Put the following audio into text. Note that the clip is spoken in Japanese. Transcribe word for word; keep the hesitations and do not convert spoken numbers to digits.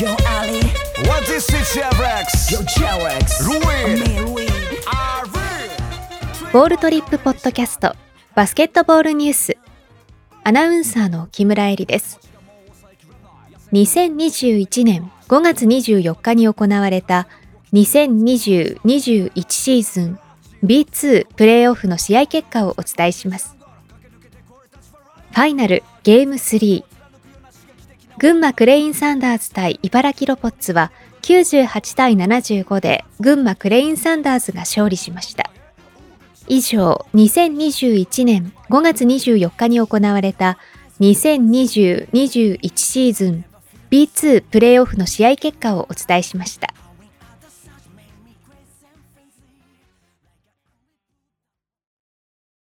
Yo Ali What is it, J-Rex? Yo J-Rex Ruin Ruin ボールトリップポッドキャストバスケットボールニュース、アナウンサーの木村恵里です。にせんにじゅういちねんごがつにじゅうよっかに行われたにせんにじゅう にじゅういちシーズン ビーツー プレーオフの試合結果をお伝えします。ファイナルゲームスリー、群馬クレインサンダーズ対茨城ロボッツはきゅうじゅうはちたいななじゅうごで群馬クレインサンダーズが勝利しました。以上、にせんにじゅういちねんごがつにじゅうよっかに行われたにせんにじゅう にじゅういちシーズン ビーツー プレーオフの試合結果をお伝えしました。